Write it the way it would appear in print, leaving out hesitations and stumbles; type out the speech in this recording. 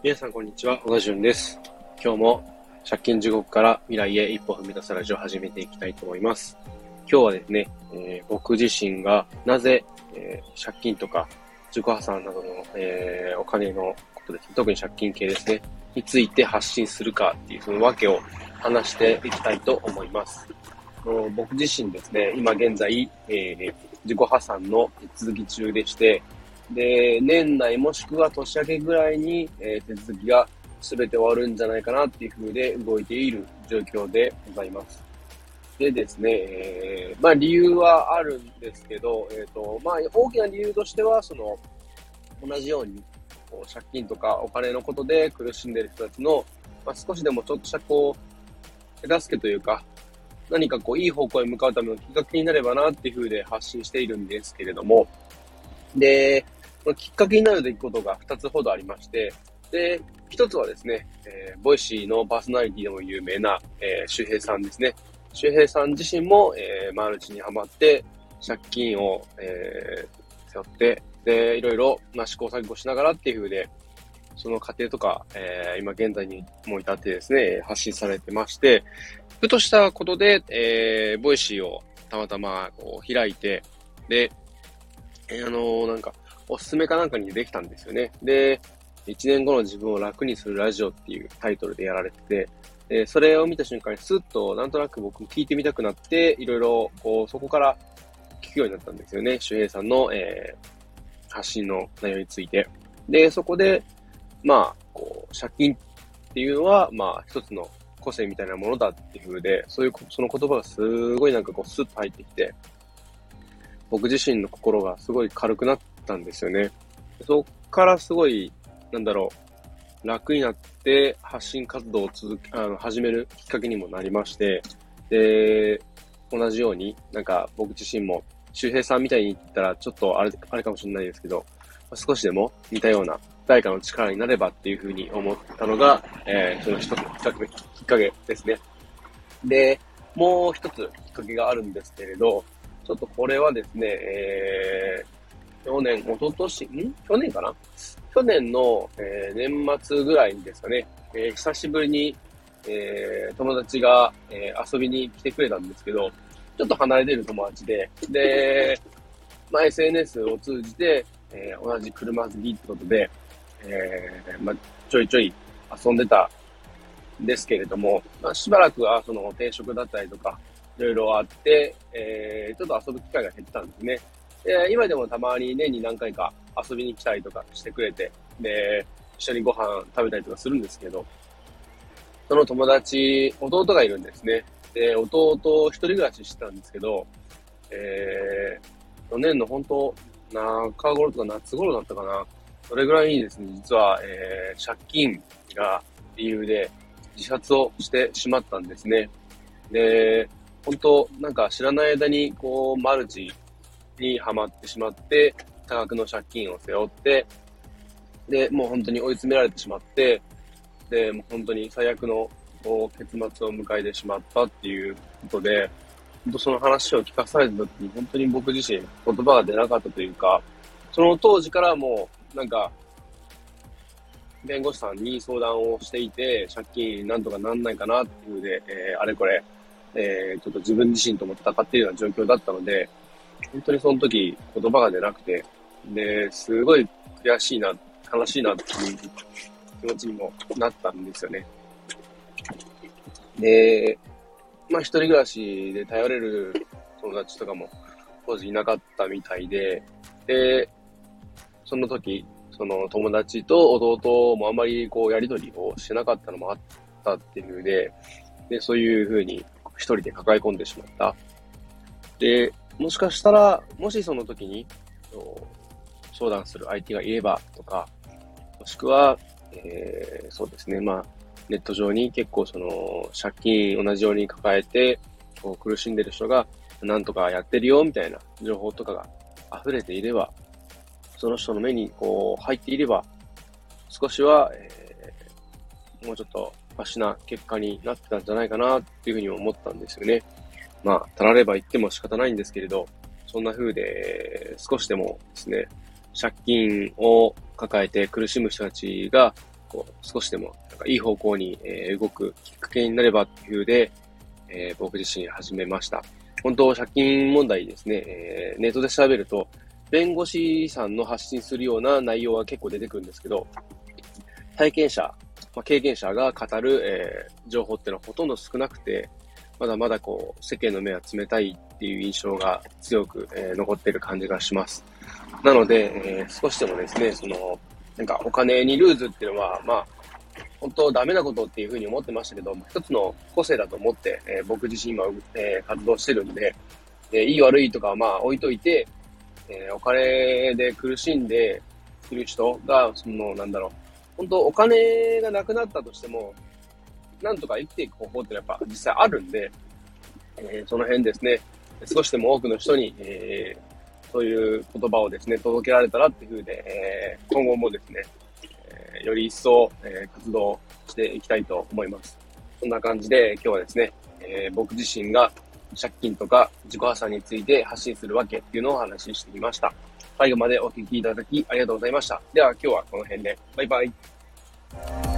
皆さんこんにちは、小田潤です。今日も借金地獄から未来へ一歩踏み出すラジオを始めていきたいと思います。今日はですね、僕自身がなぜ、借金とか自己破産などの、お金のことですね、特に借金系ですね、について発信するかっていうその訳を話していきたいと思います。僕自身ですね、今現在、自己破産の手続き中でして、で、年内もしくは年明けぐらいに、手続きが全て終わるんじゃないかなっていう風で動いている状況でございます。でですね、理由はあるんですけど、大きな理由としては、同じように、借金とかお金のことで苦しんでいる人たちの、少しでもちょっとした手助けというか、何かいい方向へ向かうためのきっかけになればなっていう風で発信しているんですけれども、で、きっかけになる出来事が2つほどありまして、で、1つはですね、ボイシーのパーソナリティでも有名な、周平さんですね。周平さん自身も、マルチにハマって、借金を、背負って、で、いろいろ、試行錯誤しながらっていう風で、その過程とか、今現在にも至ってですね、発信されてまして、ふとしたことで、ボイシーをたまたま開いて、で、おすすめかなんかにできたんですよね。で、1年後の自分を楽にするラジオっていうタイトルでやられてて、それを見た瞬間にスッとなんとなく僕も聞いてみたくなって、いろいろそこから聞くようになったんですよね。周平さんの、発信の内容について。で、そこで、借金っていうのは、一つの個性みたいなものだっていう風で、その言葉がすごいスッと入ってきて、僕自身の心がすごい軽くなったんですよね。そっからすごい、楽になって発信活動を始めるきっかけにもなりまして、で、同じように、僕自身も、周平さんみたいに言ったらちょっとあれかもしれないですけど、少しでも似たような誰かの力になればっていうふうに思ったのが、その一つのきっかけですね。で、もう一つきっかけがあるんですけれど、ちょっとこれはですね、去年、去年かな去年の、年末ぐらいにですかね、久しぶりに、友達が、遊びに来てくれたんですけど、ちょっと離れてる友達で、SNS を通じて、同じ車好きってことで、ちょいちょい遊んでたんですけれども、しばらくはその転職だったりとか、いろいろあって、ちょっと遊ぶ機会が減ってたんですね。今でもたまに年に何回か遊びに来たりとかしてくれて、で、一緒にご飯食べたりとかするんですけど、その友達、弟がいるんですね。で、弟一人暮らししてたんですけど、去年の本当、中頃とか夏頃だったかな。それぐらいにですね、実は、借金が理由で自殺をしてしまったんですね。で、本当知らない間に、マルチにはまってしまって、多額の借金を背負って、で、もう本当に追い詰められてしまって、で、もう本当に最悪の結末を迎えてしまったっていうことで、本当その話を聞かされた時に本当に僕自身言葉が出なかったというか、その当時からもう弁護士さんに相談をしていて、借金なんとかなんないかなっていうので、あれこれ、ちょっと自分自身とも戦っているような状況だったので、本当にその時言葉が出なくて、で、すごい悔しいな、悲しいなっていう気持ちにもなったんですよね。で、一人暮らしで頼れる友達とかも当時いなかったみたいで、で、その時、その友達と弟もあまりやりとりをしてなかったのもあったっていうで、そういう風に一人で抱え込んでしまった。で、もしかしたら、もしその時に、相談する相手がいればとか、もしくは、そうですね、ネット上に結構借金同じように抱えて、苦しんでる人が、なんとかやってるよ、みたいな情報とかが溢れていれば、その人の目に入っていれば、少しは、もうちょっとマシな結果になってたんじゃないかなっていうふうに思ったんですよね。たられば言っても仕方ないんですけれど、そんな風で少しでもですね、借金を抱えて苦しむ人たちが少しでも、いい方向に、動くきっかけになればっていうで、僕自身始めました。本当、借金問題ですね、ネットで調べると、弁護士さんの発信するような内容は結構出てくるんですけど、体験者、経験者が語る、情報っていうのはほとんど少なくて、まだまだ世間の目は冷たいっていう印象が強く、残っている感じがします。なので、少しでもですね、お金にルーズっていうのは、本当ダメなことっていうふうに思ってましたけど、一つの個性だと思って、僕自身今、活動してるんで、いい悪いとかは置いといて、お金で苦しんでいる人が、本当お金がなくなったとしても、なんとか生きていく方法ってやっぱ実際あるんで、その辺ですね、少しでも多くの人に、そういう言葉をですね、届けられたらっていうふうで、今後もですね、より一層、活動していきたいと思います。そんな感じで今日はですね、僕自身が借金とか自己破産について発信するわけっていうのをお話ししてみました。最後までお聞きいただきありがとうございました。では今日はこの辺で。バイバイ。